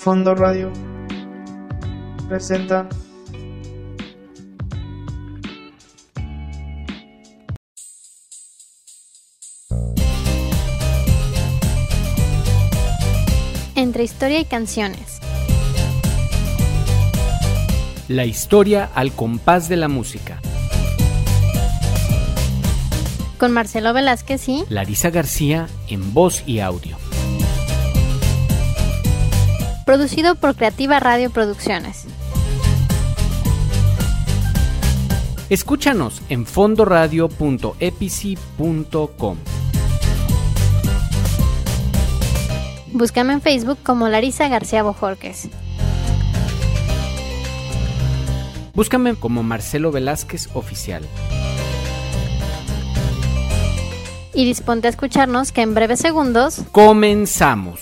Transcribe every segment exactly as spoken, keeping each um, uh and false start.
Fondo Radio presenta Entre historia y canciones. La historia al compás de la música. Con Marcelo Velázquez y Larisa García en voz y audio. Producido por Creativa Radio Producciones. Escúchanos en fondoradio punto epici punto com. Búscame en Facebook como Larisa García Bojorquez. Búscame como Marcelo Velázquez Oficial. Y disponte a escucharnos que en breves segundos ¡comenzamos!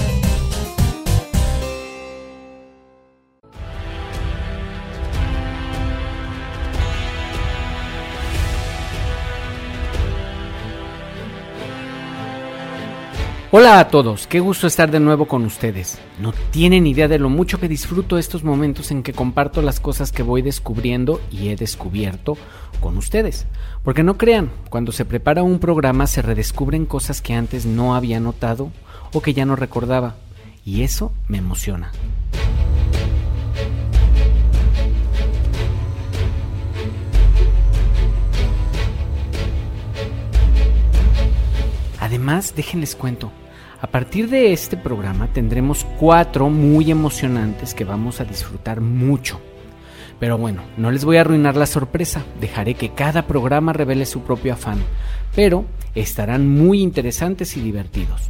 Hola a todos, qué gusto estar de nuevo con ustedes. No tienen idea de lo mucho que disfruto estos momentos en que comparto las cosas que voy descubriendo y he descubierto con ustedes. Porque no crean, cuando se prepara un programa se redescubren cosas que antes no había notado o que ya no recordaba. Y eso me emociona. Además, déjenles cuento. A partir de este programa tendremos cuatro muy emocionantes que vamos a disfrutar mucho. Pero bueno, no les voy a arruinar la sorpresa, dejaré que cada programa revele su propio afán, pero estarán muy interesantes y divertidos.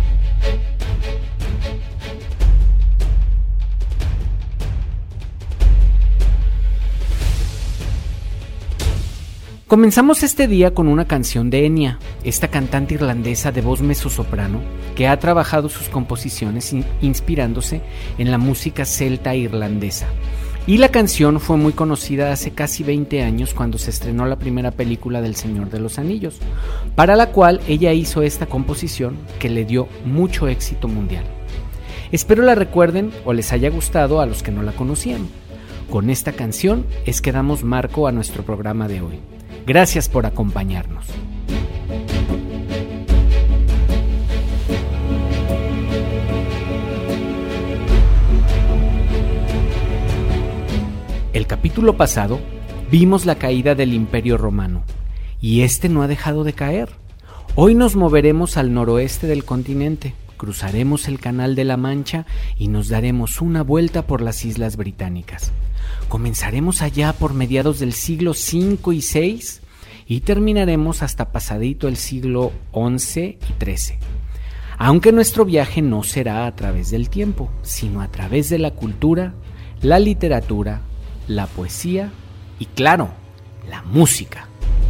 Comenzamos este día con una canción de Enya, esta cantante irlandesa de voz mezzosoprano que ha trabajado sus composiciones in- inspirándose en la música celta irlandesa. Y la canción fue muy conocida hace casi veinte años cuando se estrenó la primera película del Señor de los Anillos, para la cual ella hizo esta composición que le dio mucho éxito mundial. Espero la recuerden o les haya gustado a los que no la conocían. Con esta canción es que damos marco a nuestro programa de hoy. Gracias por acompañarnos. El capítulo pasado vimos la caída del Imperio Romano y este no ha dejado de caer. Hoy nos moveremos al noroeste del continente, cruzaremos el Canal de la Mancha y nos daremos una vuelta por las Islas Británicas. Comenzaremos allá por mediados del siglo cinco y seis y terminaremos hasta pasadito el siglo once y trece. Aunque nuestro viaje no será a través del tiempo, sino a través de la cultura, la literatura, la poesía y, claro, la música.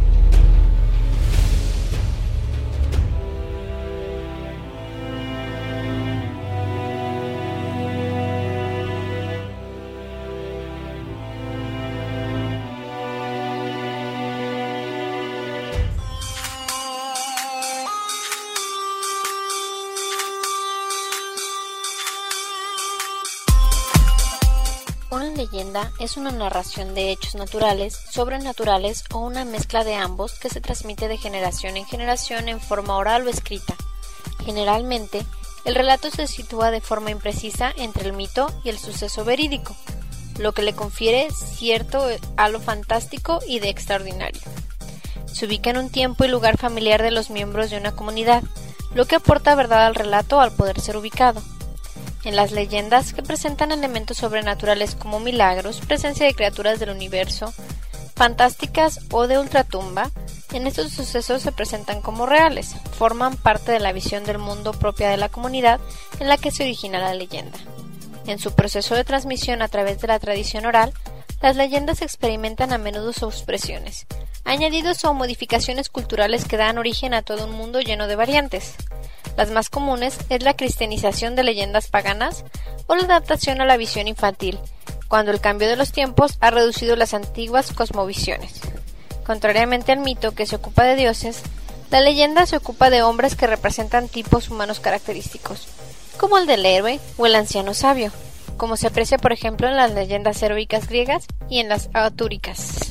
Una leyenda es una narración de hechos naturales, sobrenaturales o una mezcla de ambos que se transmite de generación en generación en forma oral o escrita. Generalmente, el relato se sitúa de forma imprecisa entre el mito y el suceso verídico, lo que le confiere cierto halo fantástico y de extraordinario. Se ubica en un tiempo y lugar familiar de los miembros de una comunidad, lo que aporta verdad al relato al poder ser ubicado. En las leyendas, que presentan elementos sobrenaturales como milagros, presencia de criaturas del universo, fantásticas o de ultratumba, en estos sucesos se presentan como reales, forman parte de la visión del mundo propia de la comunidad en la que se origina la leyenda. En su proceso de transmisión a través de la tradición oral, las leyendas experimentan a menudo subexpresiones, añadidos o modificaciones culturales que dan origen a todo un mundo lleno de variantes. Las más comunes es la cristianización de leyendas paganas o la adaptación a la visión infantil, cuando el cambio de los tiempos ha reducido las antiguas cosmovisiones. Contrariamente al mito, que se ocupa de dioses, la leyenda se ocupa de hombres que representan tipos humanos característicos. como el del héroe o el anciano sabio, como se aprecia por ejemplo en las leyendas heroicas griegas y en las artúricas.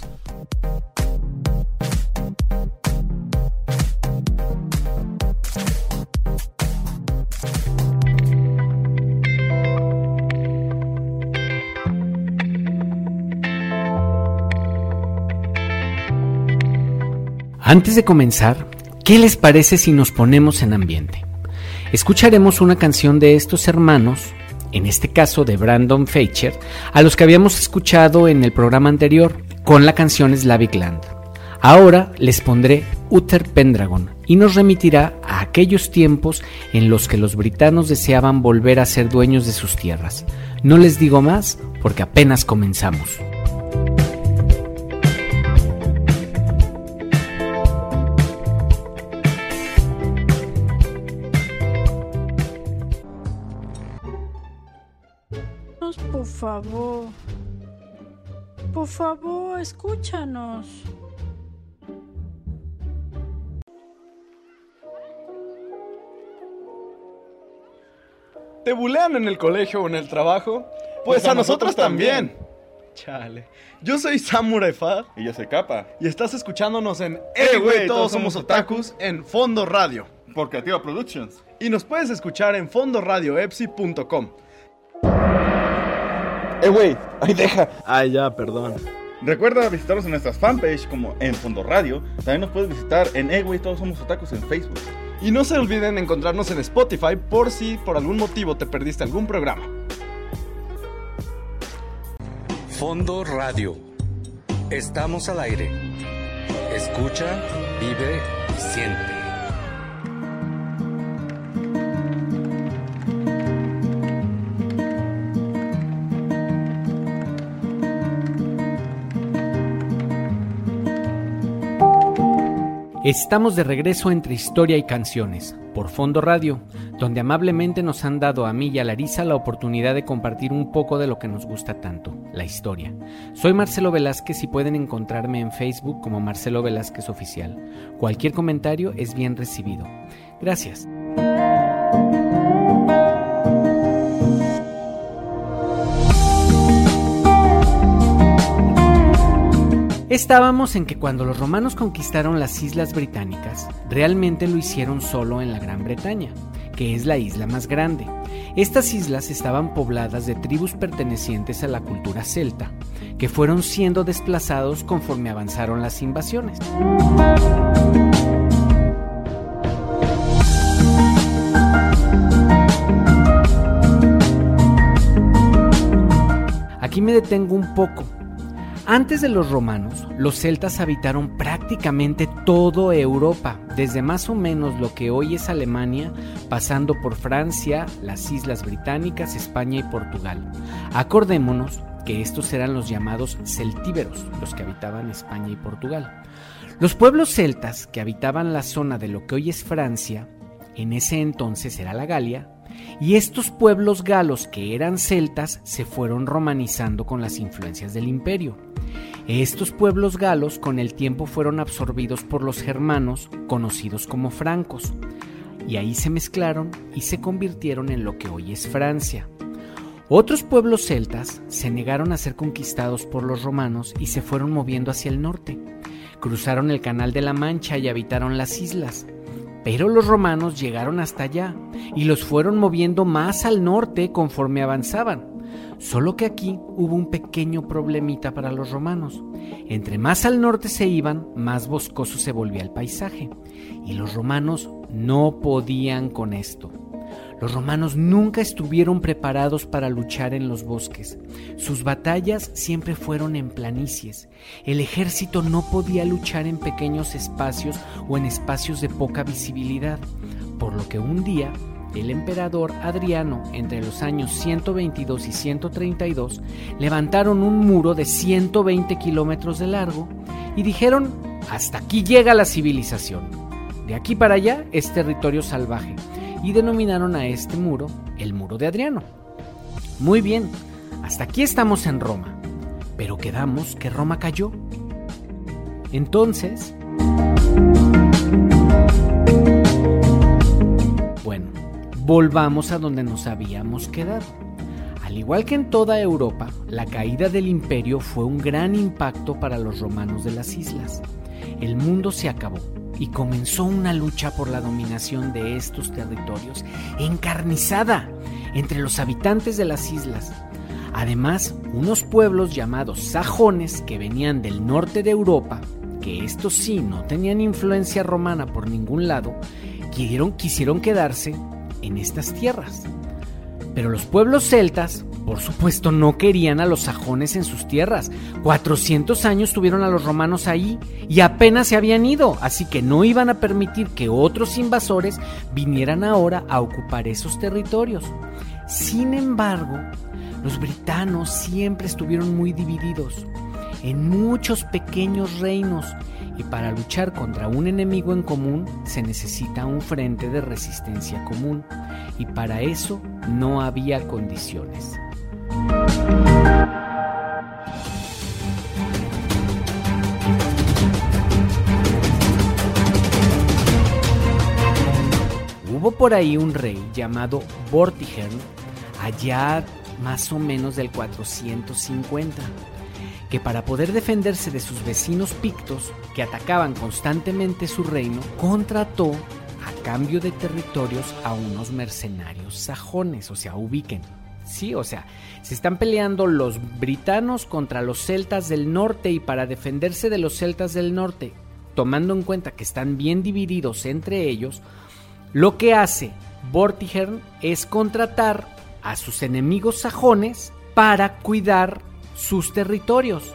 Antes de comenzar, ¿qué les parece si nos ponemos en ambiente? Escucharemos una canción de estos hermanos, en este caso de Brandon Feicher, a los que habíamos escuchado en el programa anterior con la canción Slavic Land. Ahora les pondré Uther Pendragon y nos remitirá a aquellos tiempos en los que los britanos deseaban volver a ser dueños de sus tierras. No les digo más porque apenas comenzamos. Por favor, por favor, escúchanos. ¿Te bulean en el colegio o en el trabajo? Pues, pues a, a nosotros, nosotros también. también. Chale. Yo soy Samurai Fad. Y yo soy Capa. Y estás escuchándonos en Eh, güey, todos somos otakus en Fondo Radio. Por Creativa Productions. Y nos puedes escuchar en fondo radio epsi punto com. Eh, güey, ay, deja. Ay, ya, perdón. Recuerda visitarnos en nuestras fanpage como en Fondo Radio. También nos puedes visitar en Eh, güey, todos somos otakus en Facebook. Y no se olviden encontrarnos en Spotify por si por algún motivo te perdiste algún programa. Fondo Radio. Estamos al aire. Escucha, vive y siente. Estamos de regreso entre historia y canciones, por Fondo Radio, donde amablemente nos han dado a mí y a Larisa la oportunidad de compartir un poco de lo que nos gusta tanto, la historia. Soy Marcelo Velázquez y pueden encontrarme en Facebook como Marcelo Velázquez Oficial. Cualquier comentario es bien recibido. Gracias. Estábamos en que cuando los romanos conquistaron las islas británicas, realmente lo hicieron solo en la Gran Bretaña, que es la isla más grande. Estas islas estaban pobladas de tribus pertenecientes a la cultura celta, que fueron siendo desplazados conforme avanzaron las invasiones. Aquí me detengo un poco. Antes de los romanos, los celtas habitaron prácticamente toda Europa, desde más o menos lo que hoy es Alemania, pasando por Francia, las Islas Británicas, España y Portugal. Acordémonos que estos eran los llamados celtíberos, los que habitaban España y Portugal. Los pueblos celtas que habitaban la zona de lo que hoy es Francia, en ese entonces era la Galia, y estos pueblos galos que eran celtas se fueron romanizando con las influencias del imperio. Estos pueblos galos con el tiempo fueron absorbidos por los germanos, conocidos como francos, y ahí se mezclaron y se convirtieron en lo que hoy es Francia. Otros pueblos celtas se negaron a ser conquistados por los romanos y se fueron moviendo hacia el norte. Cruzaron el Canal de la Mancha y habitaron las islas. Pero los romanos llegaron hasta allá y los fueron moviendo más al norte conforme avanzaban. Solo que aquí hubo un pequeño problemita para los romanos. Entre más al norte se iban, más boscoso se volvía el paisaje. Y los romanos no podían con esto. Los romanos nunca estuvieron preparados para luchar en los bosques. Sus batallas siempre fueron en planicies. El ejército no podía luchar en pequeños espacios o en espacios de poca visibilidad, por lo que un día el emperador Adriano, entre los años ciento veintidós y ciento treinta y dos, levantaron un muro de ciento veinte kilómetros de largo y dijeron: hasta aquí llega la civilización. De aquí para allá es territorio salvaje. Y denominaron a este muro el Muro de Adriano. Muy bien, hasta aquí estamos en Roma, pero quedamos que Roma cayó. Entonces, bueno, volvamos a donde nos habíamos quedado. Al igual que en toda Europa, la caída del imperio fue un gran impacto para los romanos de las islas. El mundo se acabó y comenzó una lucha por la dominación de estos territorios encarnizada entre los habitantes de las islas. Además, unos pueblos llamados sajones que venían del norte de Europa, que estos sí no tenían influencia romana por ningún lado, quisieron, quisieron quedarse en estas tierras. Pero los pueblos celtas, por supuesto, no querían a los sajones en sus tierras. cuatrocientos años tuvieron a los romanos ahí y apenas se habían ido, así que no iban a permitir que otros invasores vinieran ahora a ocupar esos territorios. Sin embargo, los britanos siempre estuvieron muy divididos en muchos pequeños reinos, y para luchar contra un enemigo en común se necesita un frente de resistencia común, y para eso no había condiciones. Hubo por ahí un rey llamado Vortigern, allá más o menos del cuatrocientos cincuenta, que para poder defenderse de sus vecinos pictos, que atacaban constantemente su reino, contrató a cambio de territorios a unos mercenarios sajones. O sea, ubiquen, sí, o sea, se están peleando los britanos contra los celtas del norte, y para defenderse de los celtas del norte, tomando en cuenta que están bien divididos entre ellos, lo que hace Vortigern es contratar a sus enemigos sajones para cuidar sus territorios.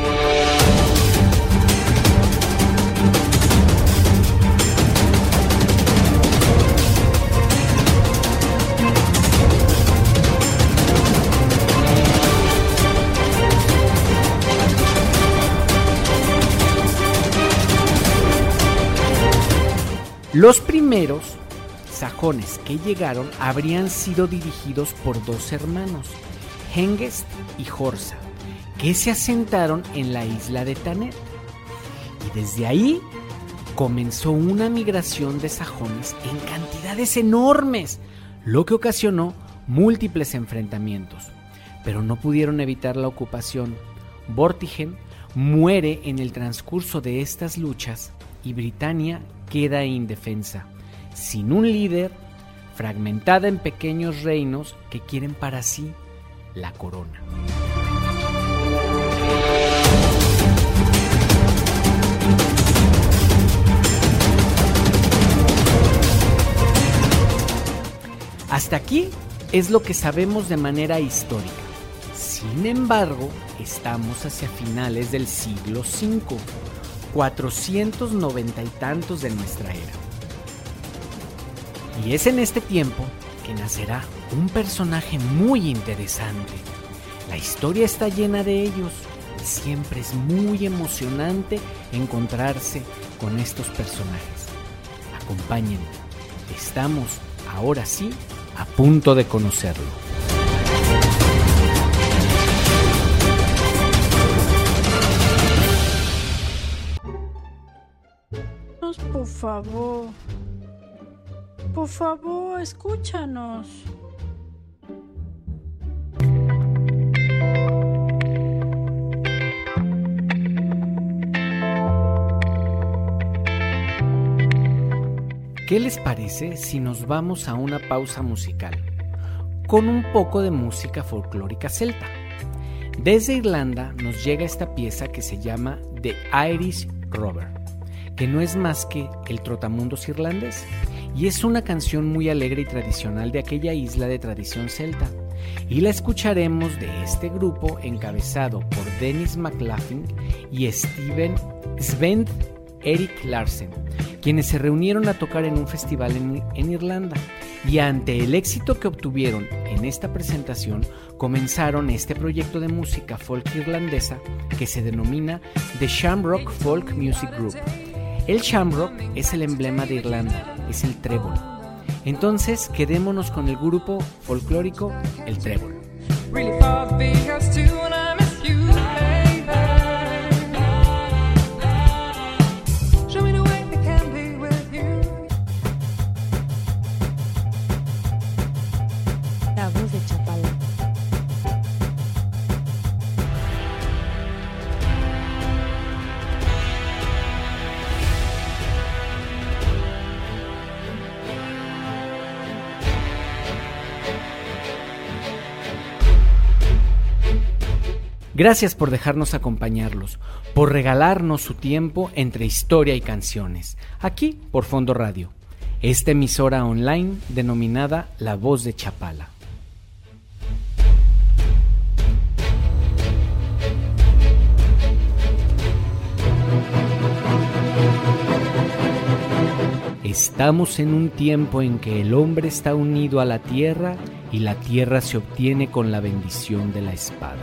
Los primeros sajones que llegaron habrían sido dirigidos por dos hermanos, Hengest y Horsa, que se asentaron en la isla de Thanet. Y desde ahí comenzó una migración de sajones en cantidades enormes, lo que ocasionó múltiples enfrentamientos. Pero no pudieron evitar la ocupación. Vortigern muere en el transcurso de estas luchas y Britania queda indefensa, sin un líder, fragmentada en pequeños reinos que quieren para sí la corona. Hasta aquí es lo que sabemos de manera histórica. Sin embargo, estamos hacia finales del siglo cinco, cuatrocientos noventa y tantos de nuestra era. Y es en este tiempo que nacerá un personaje muy interesante. La historia está llena de ellos y siempre es muy emocionante encontrarse con estos personajes. Acompáñenme, estamos ahora sí a punto de conocerlo. Por favor, por favor, escúchanos. ¿Qué les parece si nos vamos a una pausa musical con un poco de música folclórica celta? Desde Irlanda nos llega esta pieza que se llama The Irish Robber, que no es más que el trotamundos irlandés, y es una canción muy alegre y tradicional de aquella isla de tradición celta, y la escucharemos de este grupo encabezado por Dennis McLaughlin y Steven Sven Erik Larsen, quienes se reunieron a tocar en un festival en, en Irlanda, y ante el éxito que obtuvieron en esta presentación, comenzaron este proyecto de música folk irlandesa que se denomina The Shamrock Folk Music Group. El Shamrock es el emblema de Irlanda, es el trébol. Entonces, quedémonos con el grupo folclórico El Trébol. Gracias por dejarnos acompañarlos, por regalarnos su tiempo entre historia y canciones, aquí por Fondo Radio, esta emisora online denominada La Voz de Chapala. Estamos en un tiempo en que el hombre está unido a la tierra y la tierra se obtiene con la bendición de la espada.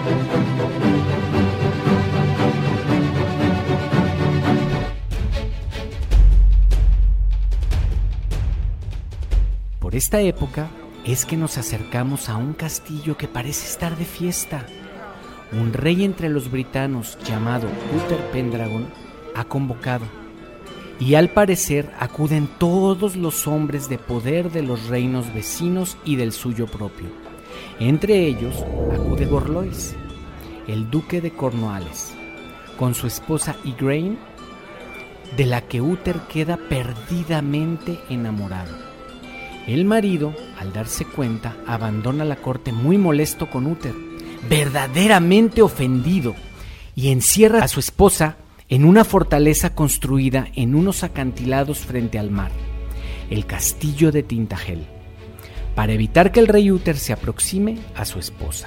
Por esta época es que nos acercamos a un castillo que parece estar de fiesta. Un rey entre los britanos llamado Uther Pendragon ha convocado, y al parecer acuden todos los hombres de poder de los reinos vecinos y del suyo propio. Entre ellos acude Gorlois, el duque de Cornualles, con su esposa Igraine, de la que Uther queda perdidamente enamorado. El marido, al darse cuenta, abandona la corte muy molesto con Uther, verdaderamente ofendido, y encierra a su esposa en una fortaleza construida en unos acantilados frente al mar, el castillo de Tintagel, para evitar que el rey Uther se aproxime a su esposa.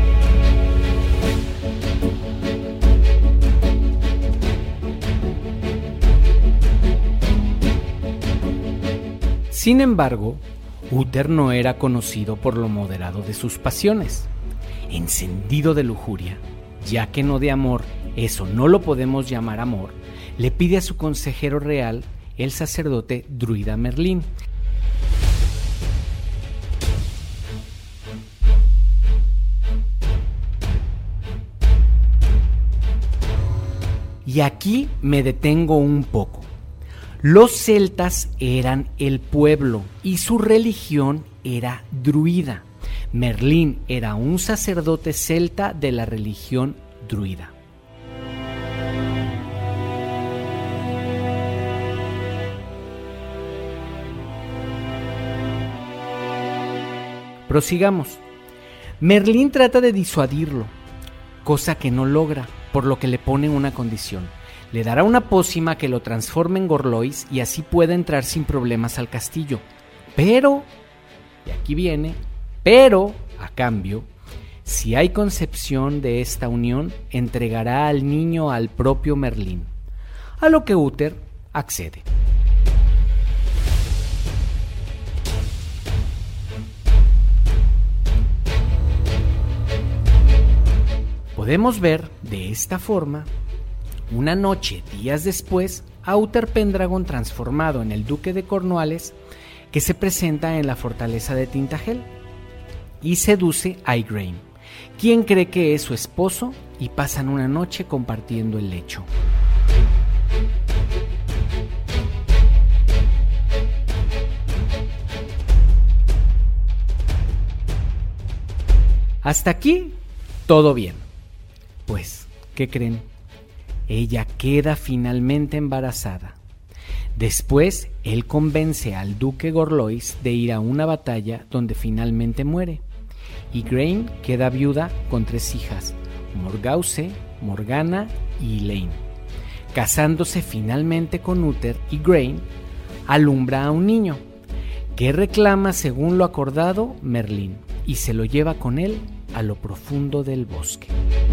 Sin embargo, Uther no era conocido por lo moderado de sus pasiones. Encendido de lujuria, ya que no de amor, eso no lo podemos llamar amor, le pide a su consejero real, el sacerdote druida Merlín, y aquí me detengo un poco. Los celtas eran el pueblo y su religión era druida. Merlín era un sacerdote celta de la religión druida. Prosigamos. Merlín trata de disuadirlo, cosa que no logra, por lo que le pone una condición. Le dará una pócima que lo transforme en Gorlois y así pueda entrar sin problemas al castillo. Pero, y aquí viene, pero, a cambio, si hay concepción de esta unión, entregará al niño al propio Merlín, a lo que Uther accede. Podemos ver de esta forma, una noche, días después, a Uther Pendragon transformado en el duque de Cornualles, que se presenta en la fortaleza de Tintagel y seduce a Igraine, quien cree que es su esposo, y pasan una noche compartiendo el lecho. Hasta aquí, todo bien. Pues, ¿qué creen? Ella queda finalmente embarazada. Después, él convence al duque Gorlois de ir a una batalla donde finalmente muere. Igraine queda viuda con tres hijas, Morgause, Morgana y Elaine. Casándose finalmente con Uther, Igraine alumbra a un niño, que reclama según lo acordado Merlín, y se lo lleva con él a lo profundo del bosque.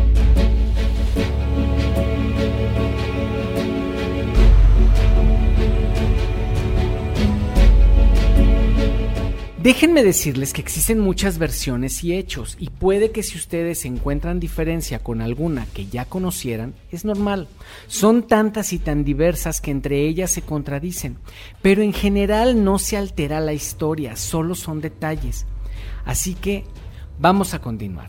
Déjenme decirles que existen muchas versiones y hechos, y puede que si ustedes encuentran diferencia con alguna que ya conocieran, es normal. Son tantas y tan diversas que entre ellas se contradicen, pero en general no se altera la historia, solo son detalles. Así que vamos a continuar.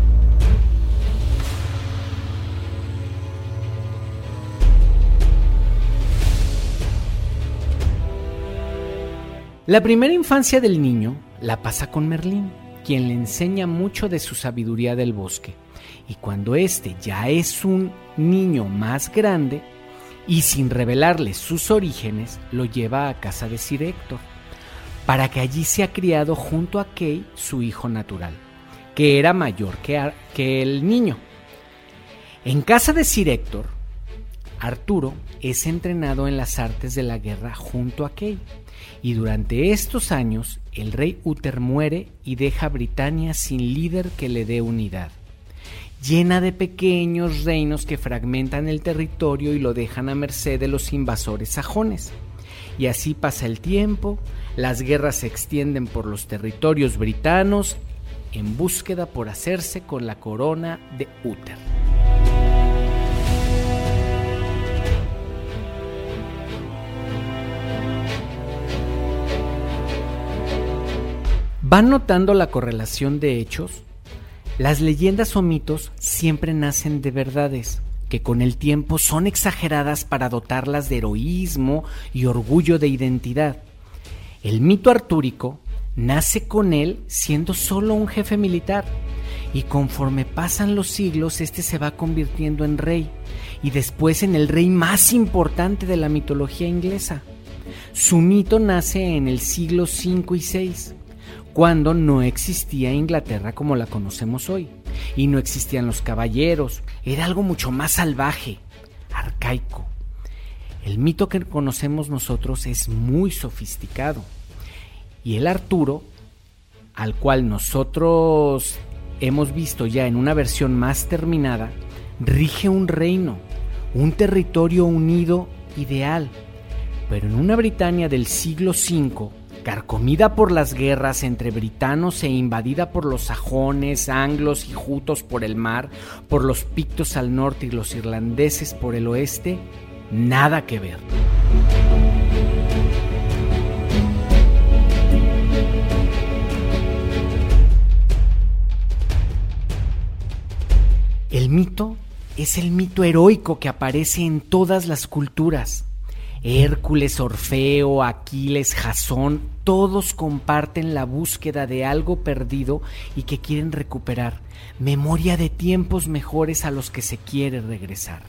La primera infancia del niño la pasa con Merlín, quien le enseña mucho de su sabiduría del bosque, y cuando éste ya es un niño más grande y sin revelarle sus orígenes, lo lleva a casa de Sir Héctor, para que allí sea criado junto a Kay, su hijo natural, que era mayor que, a, que el niño, En casa de Sir Héctor, Arturo es entrenado en las artes de la guerra junto a Kay, y durante estos años el rey Uther muere y deja a Britania sin líder que le dé unidad, llena de pequeños reinos que fragmentan el territorio y lo dejan a merced de los invasores sajones. Y así pasa el tiempo, las guerras se extienden por los territorios britanos en búsqueda por hacerse con la corona de Uther. ¿Van notando la correlación de hechos? Las leyendas o mitos siempre nacen de verdades, que con el tiempo son exageradas para dotarlas de heroísmo y orgullo de identidad. El mito artúrico nace con él siendo solo un jefe militar, y conforme pasan los siglos este se va convirtiendo en rey, y después en el rey más importante de la mitología inglesa. Su mito nace en el siglo cinco y seis, cuando no existía Inglaterra como la conocemos hoy, y no existían los caballeros, era algo mucho más salvaje, arcaico. El mito que conocemos nosotros es muy sofisticado, y el Arturo, al cual nosotros hemos visto ya en una versión más terminada, rige un reino, un territorio unido ideal, pero en una Britania del siglo cinco, carcomida por las guerras entre britanos e invadida por los sajones, anglos y jutos por el mar, por los pictos al norte y los irlandeses por el oeste, nada que ver. El mito es el mito heroico que aparece en todas las culturas. Hércules, Orfeo, Aquiles, Jasón, todos comparten la búsqueda de algo perdido y que quieren recuperar, memoria de tiempos mejores a los que se quiere regresar.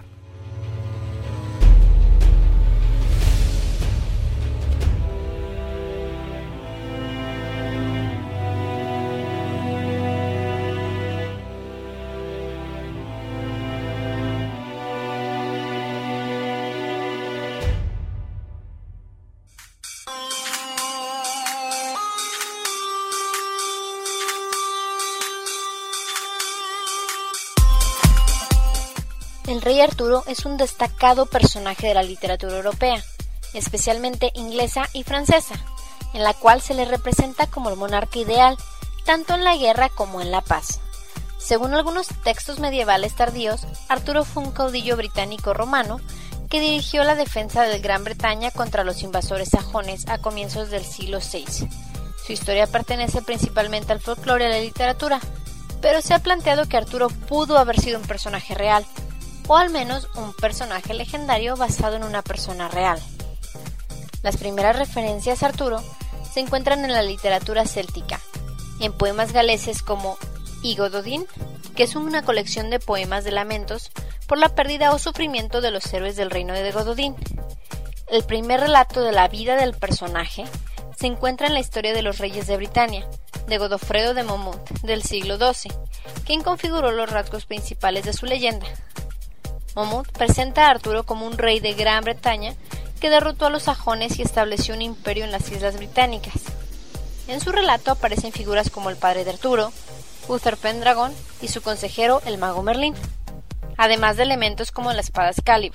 El rey Arturo es un destacado personaje de la literatura europea, especialmente inglesa y francesa, en la cual se le representa como el monarca ideal, tanto en la guerra como en la paz. Según algunos textos medievales tardíos, Arturo fue un caudillo británico romano que dirigió la defensa de Gran Bretaña contra los invasores sajones a comienzos del siglo seis. Su historia pertenece principalmente al folclore y a la literatura, pero se ha planteado que Arturo pudo haber sido un personaje real, o al menos un personaje legendario basado en una persona real. Las primeras referencias a Arturo se encuentran en la literatura céltica, en poemas galeses como Y Gododin, que es una colección de poemas de lamentos por la pérdida o sufrimiento de los héroes del reino de Gododin. El primer relato de la vida del personaje se encuentra en la historia de los reyes de Britania, de Godofredo de Monmouth, del siglo doce, quien configuró los rasgos principales de su leyenda. Monmouth presenta a Arturo como un rey de Gran Bretaña que derrotó a los sajones y estableció un imperio en las islas británicas. En su relato aparecen figuras como el padre de Arturo, Uther Pendragon y su consejero el mago Merlín, además de elementos como la espada Excalibur.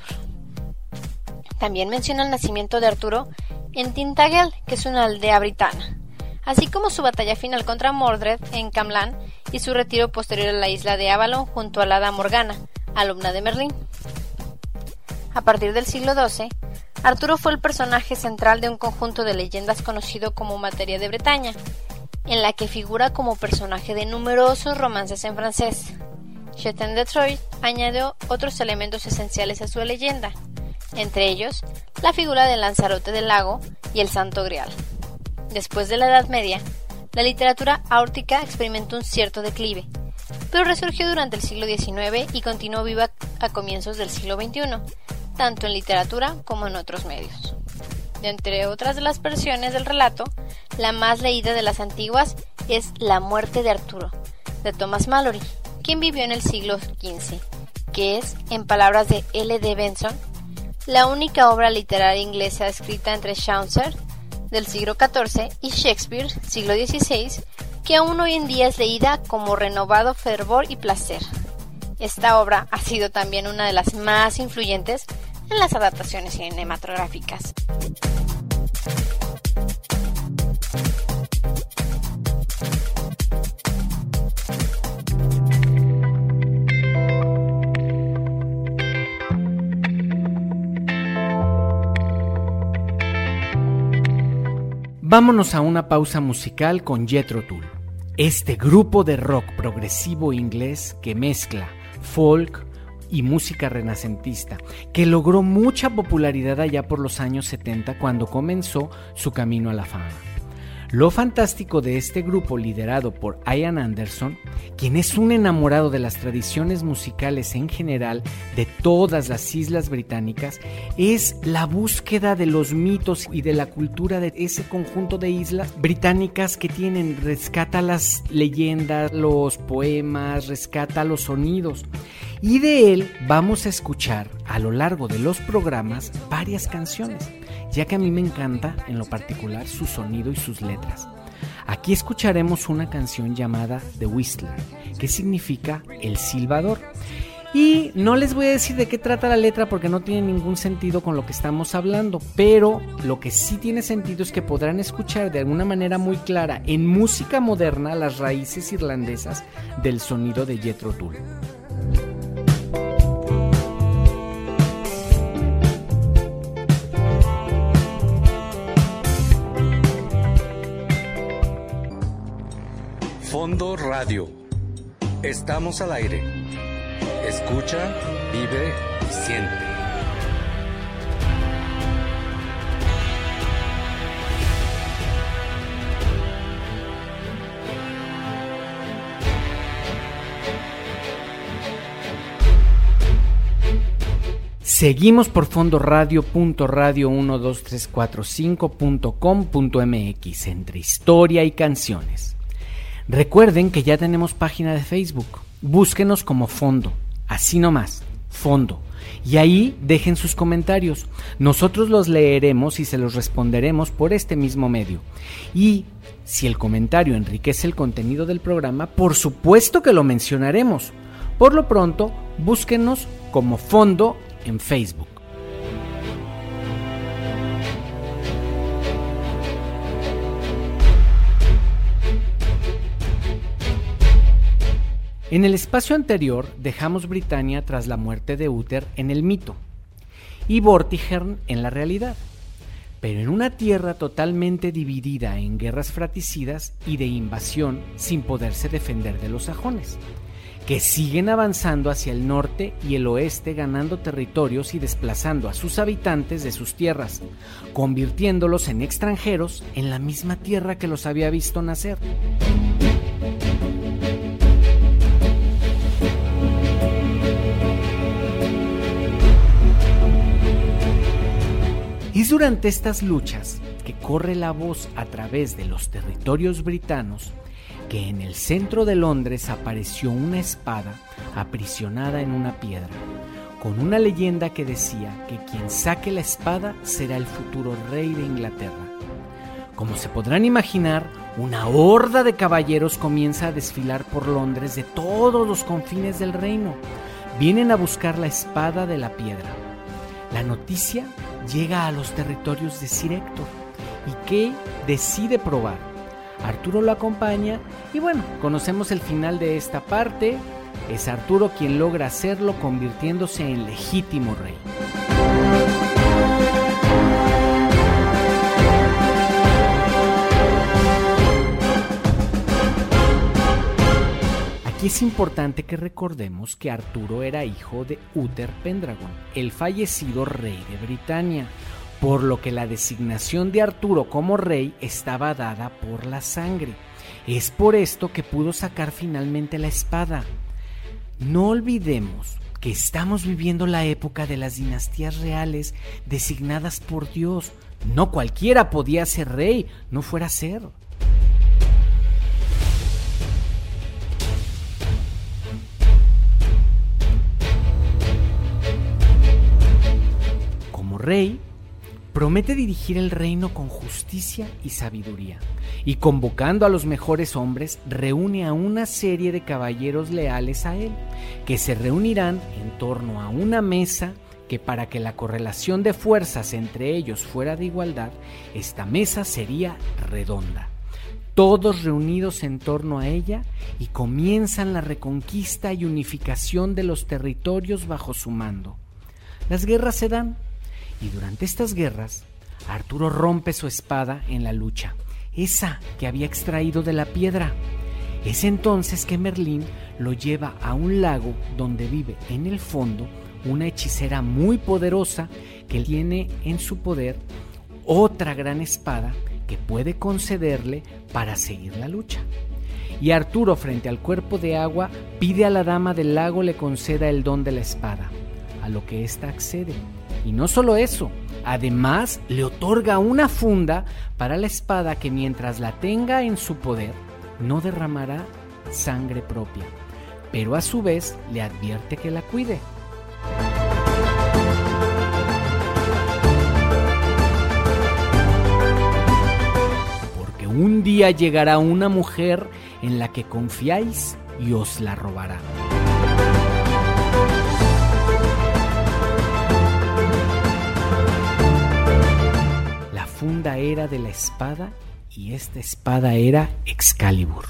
También menciona el nacimiento de Arturo en Tintagel, que es una aldea britana, así como su batalla final contra Mordred en Camlan y su retiro posterior a la isla de Avalon junto a la hada Morgana, alumna de Merlín. A partir del siglo doce, Arturo fue el personaje central de un conjunto de leyendas conocido como Materia de Bretaña, en la que figura como personaje de numerosos romances en francés. Chetin de Troyes añadió otros elementos esenciales a su leyenda, entre ellos la figura del Lanzarote del Lago y el Santo Grial. Después de la Edad Media, la literatura áurtica experimentó un cierto declive, pero resurgió durante el siglo diecinueve y continuó viva a comienzos del siglo veintiuno, tanto en literatura como en otros medios. De entre otras de las versiones del relato, la más leída de las antiguas es La muerte de Arturo, de Thomas Malory, quien vivió en el siglo quince, que es, en palabras de L D Benson, la única obra literaria inglesa escrita entre Chaucer, del siglo catorce, y Shakespeare, siglo dieciséis, que aún hoy en día es leída como renovado fervor y placer. Esta obra ha sido también una de las más influyentes en las adaptaciones cinematográficas. Vámonos a una pausa musical con Jethro Tull, este grupo de rock progresivo inglés que mezcla folk y música renacentista, que logró mucha popularidad allá por los años setenta cuando comenzó su camino a la fama. Lo fantástico de este grupo, liderado por Ian Anderson, quien es un enamorado de las tradiciones musicales en general de todas las islas británicas, es la búsqueda de los mitos y de la cultura de ese conjunto de islas británicas que tienen. Rescata las leyendas, los poemas, rescata los sonidos. Y de él vamos a escuchar a lo largo de los programas varias canciones, ya que a mí me encanta en lo particular su sonido y sus letras. Aquí escucharemos una canción llamada The Whistler, que significa el silbador. Y no les voy a decir de qué trata la letra porque no tiene ningún sentido con lo que estamos hablando, pero lo que sí tiene sentido es que podrán escuchar de alguna manera muy clara en música moderna las raíces irlandesas del sonido de Jethro Tull. Fondo Radio. Estamos al aire. Escucha, vive, siente. Seguimos por fondoradio punto radio uno dos tres cuatro cinco punto com punto m x entre historia y canciones. Recuerden que ya tenemos página de Facebook. Búsquenos como Fondo, así nomás, Fondo. Y ahí dejen sus comentarios. Nosotros los leeremos y se los responderemos por este mismo medio. Y si el comentario enriquece el contenido del programa, por supuesto que lo mencionaremos. Por lo pronto, búsquenos como Fondo en Facebook. En el espacio anterior dejamos Britania tras la muerte de Uther en el mito y Vortigern en la realidad, pero en una tierra totalmente dividida en guerras fratricidas y de invasión sin poderse defender de los sajones, que siguen avanzando hacia el norte y el oeste, ganando territorios y desplazando a sus habitantes de sus tierras, convirtiéndolos en extranjeros en la misma tierra que los había visto nacer. Es durante estas luchas que corre la voz a través de los territorios britanos que en el centro de Londres apareció una espada aprisionada en una piedra, con una leyenda que decía que quien saque la espada será el futuro rey de Inglaterra. Como se podrán imaginar, una horda de caballeros comienza a desfilar por Londres de todos los confines del reino. Vienen a buscar la espada de la piedra. La noticia llega a los territorios de Sir Héctor y Kay decide probar. Arturo lo acompaña y bueno, conocemos el final de esta parte. Es Arturo quien logra hacerlo, convirtiéndose en legítimo rey. Aquí es importante que recordemos que Arturo era hijo de Uther Pendragon, el fallecido rey de Britania, por lo que la designación de Arturo como rey estaba dada por la sangre. Es por esto que pudo sacar finalmente la espada. No olvidemos que estamos viviendo la época de las dinastías reales designadas por Dios. No cualquiera podía ser rey, no fuera a ser. rey, promete dirigir el reino con justicia y sabiduría, y convocando a los mejores hombres, reúne a una serie de caballeros leales a él, que se reunirán en torno a una mesa que, para que la correlación de fuerzas entre ellos fuera de igualdad, esta mesa sería redonda. Todos reunidos en torno a ella, y comienzan la reconquista y unificación de los territorios bajo su mando. Las guerras se dan, y durante estas guerras, Arturo rompe su espada en la lucha, esa que había extraído de la piedra. Es entonces que Merlín lo lleva a un lago donde vive en el fondo una hechicera muy poderosa que tiene en su poder otra gran espada que puede concederle para seguir la lucha. Y Arturo, frente al cuerpo de agua, pide a la dama del lago le conceda el don de la espada, a lo que ésta accede. Y no solo eso, además le otorga una funda para la espada que, mientras la tenga en su poder, no derramará sangre propia, pero a su vez le advierte que la cuide. Porque un día llegará una mujer en la que confiáis y os la robará. La funda era de la espada, y esta espada era Excalibur.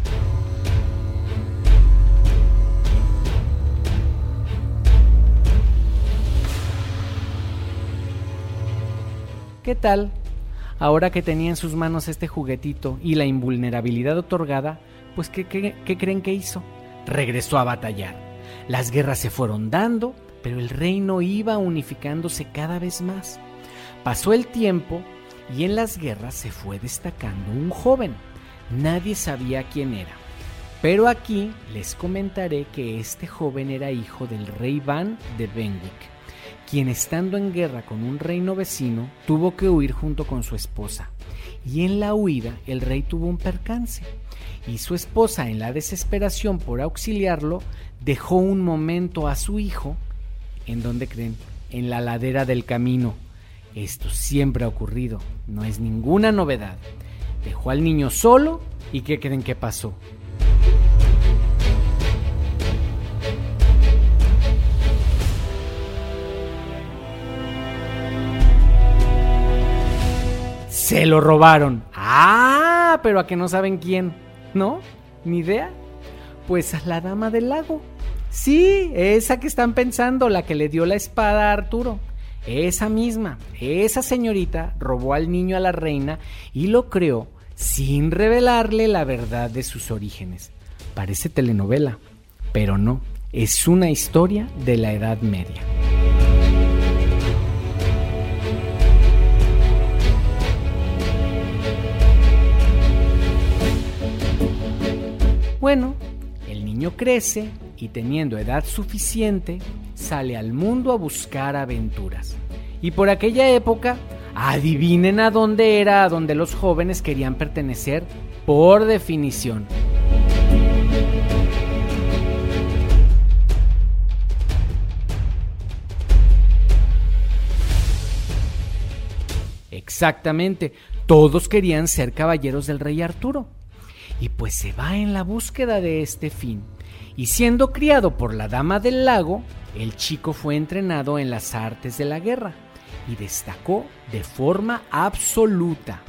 ¿Qué tal? Ahora que tenía en sus manos este juguetito y la invulnerabilidad otorgada, pues ¿qué, qué, qué creen que hizo? Regresó a batallar. Las guerras se fueron dando, pero el reino iba unificándose cada vez más. Pasó el tiempo y en las guerras se fue destacando un joven. Nadie sabía quién era, pero aquí les comentaré que este joven era hijo del rey Van de Benwick, quien, estando en guerra con un reino vecino, tuvo que huir junto con su esposa. Y en la huida el rey tuvo un percance, y su esposa, en la desesperación por auxiliarlo, dejó un momento a su hijo. ¿En dónde creen? En la ladera del camino. Esto siempre ha ocurrido, no es ninguna novedad. Dejó al niño solo, y ¿qué creen que pasó? Se lo robaron. ¡Ah! Pero a que no saben quién, ¿no? ¿Ni idea? Pues a la dama del lago. Sí, esa que están pensando, la que le dio la espada a Arturo. Esa misma, esa señorita robó al niño a la reina y lo creó sin revelarle la verdad de sus orígenes. Parece telenovela, pero no, es una historia de la Edad Media. Bueno, el niño crece y, teniendo edad suficiente, sale al mundo a buscar aventuras. Y por aquella época, adivinen a dónde era a donde los jóvenes querían pertenecer por definición. Exactamente, todos querían ser caballeros del rey Arturo. Y pues se va en la búsqueda de este fin. Y siendo criado por la dama del lago, el chico fue entrenado en las artes de la guerra y destacó de forma absoluta.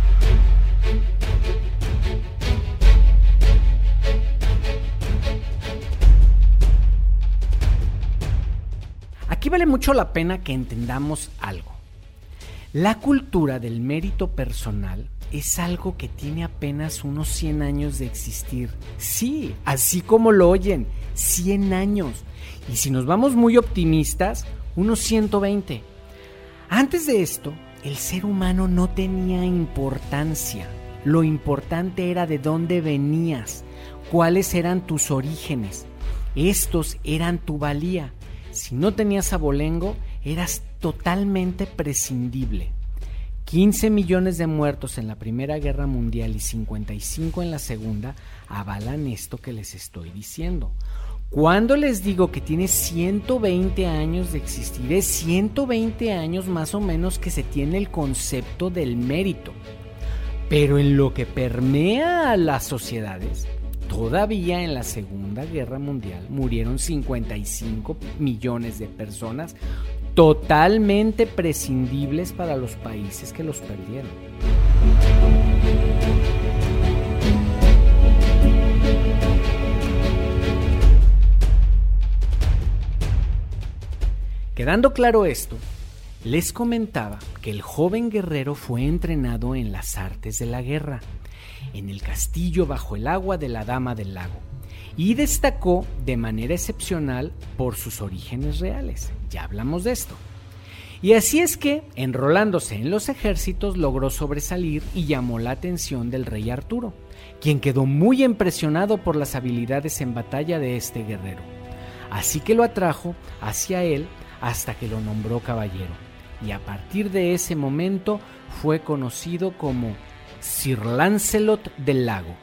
Aquí vale mucho la pena que entendamos algo. La cultura del mérito personal es algo que tiene apenas unos cien años de existir. Sí, así como lo oyen, cien años. Y si nos vamos muy optimistas, unos ciento veinte. Antes de esto, el ser humano no tenía importancia. Lo importante era de dónde venías, cuáles eran tus orígenes. Estos eran tu valía. Si no tenías abolengo, eras totalmente prescindible. quince millones de muertos en la Primera Guerra Mundial y cincuenta y cinco en la Segunda avalan esto que les estoy diciendo. Cuando les digo que tiene ciento veinte años de existir, es ciento veinte años más o menos que se tiene el concepto del mérito. Pero en lo que permea a las sociedades, todavía en la Segunda Guerra Mundial murieron cincuenta y cinco millones de personas totalmente prescindibles para los países que los perdieron. Quedando claro esto, les comentaba que el joven guerrero fue entrenado en las artes de la guerra, en el castillo bajo el agua de la Dama del Lago, y destacó de manera excepcional por sus orígenes reales. Ya hablamos de esto. Y así es que, enrolándose en los ejércitos, logró sobresalir y llamó la atención del rey Arturo, quien quedó muy impresionado por las habilidades en batalla de este guerrero. Así que lo atrajo hacia él hasta que lo nombró caballero, y a partir de ese momento fue conocido como Sir Lancelot del Lago.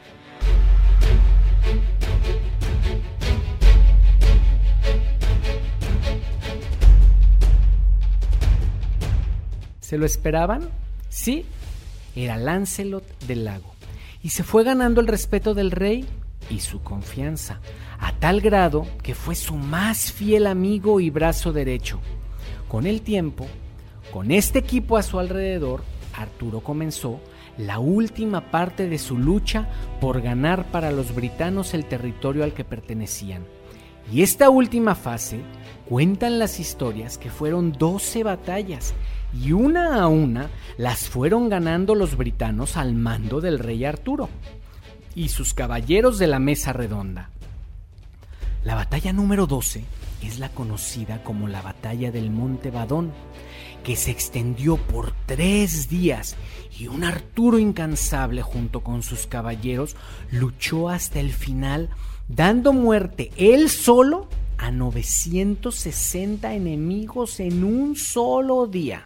¿Se lo esperaban? Sí, era Lancelot del Lago, y se fue ganando el respeto del rey y su confianza, a tal grado que fue su más fiel amigo y brazo derecho. Con el tiempo, con este equipo a su alrededor, Arturo comenzó la última parte de su lucha por ganar para los britanos el territorio al que pertenecían. Y esta última fase, cuentan las historias que fueron doce batallas, y una a una las fueron ganando los britanos al mando del rey Arturo y sus caballeros de la mesa redonda. La batalla número doce es la conocida como la batalla del Monte Badón, que se extendió por tres días, y un Arturo incansable junto con sus caballeros luchó hasta el final, dando muerte él solo a novecientos sesenta enemigos en un solo día.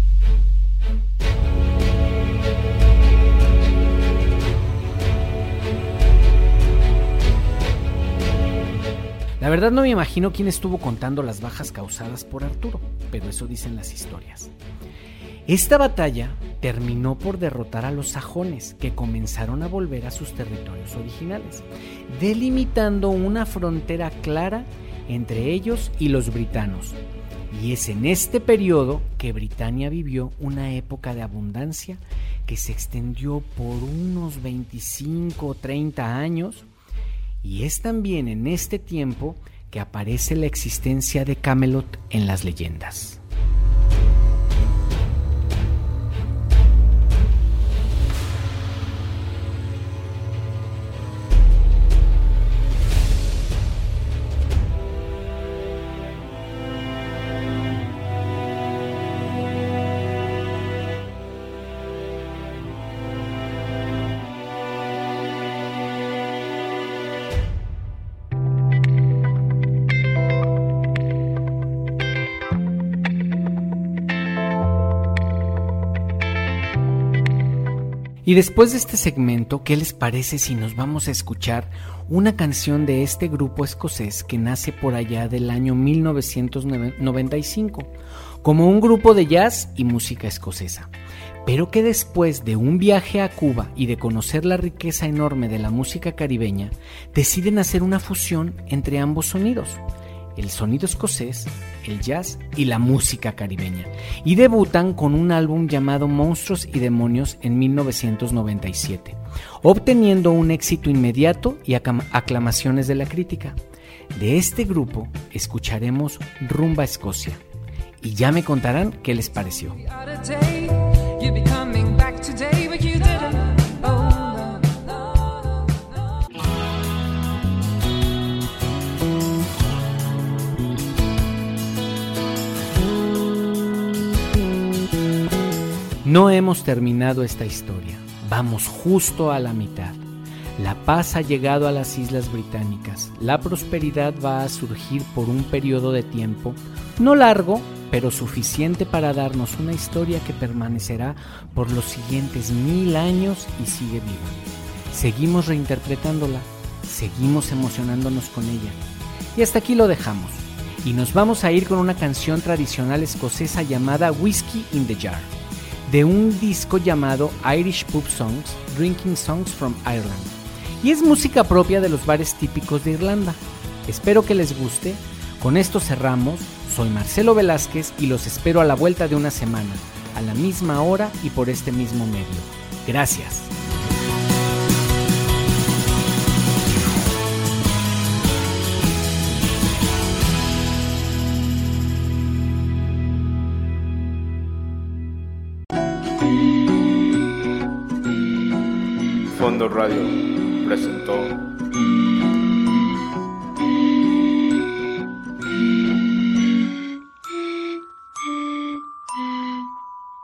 La verdad no me imagino quién estuvo contando las bajas causadas por Arturo, pero eso dicen las historias. Esta batalla terminó por derrotar a los sajones, que comenzaron a volver a sus territorios originales, delimitando una frontera clara entre ellos y los britanos. Y es en este periodo que Britania vivió una época de abundancia que se extendió por unos veinticinco o treinta años, y es también en este tiempo que aparece la existencia de Camelot en las leyendas. Y después de este segmento, ¿qué les parece si nos vamos a escuchar una canción de este grupo escocés que nace por allá del año mil novecientos noventa y cinco como un grupo de jazz y música escocesa, pero que después de un viaje a Cuba y de conocer la riqueza enorme de la música caribeña, deciden hacer una fusión entre ambos sonidos, el sonido escocés, el jazz y la música caribeña, y debutan con un álbum llamado Monstruos y Demonios en mil novecientos noventa y siete, obteniendo un éxito inmediato y aclamaciones de la crítica. De este grupo escucharemos Rumba Escocia, y ya me contarán qué les pareció. No hemos terminado esta historia, vamos justo a la mitad. La paz ha llegado a las Islas Británicas, la prosperidad va a surgir por un periodo de tiempo, no largo, pero suficiente para darnos una historia que permanecerá por los siguientes mil años y sigue viva. Seguimos reinterpretándola, seguimos emocionándonos con ella, Y hasta aquí lo dejamos. Y nos vamos a ir con una canción tradicional escocesa llamada Whiskey in the Jar, de un disco llamado Irish Pub Songs, Drinking Songs from Ireland. Y es música propia de los bares típicos de Irlanda. Espero que les guste. Con esto cerramos. Soy Marcelo Velázquez y los espero a la vuelta de una semana, a la misma hora y por este mismo medio. Gracias. Fondo Radio presentó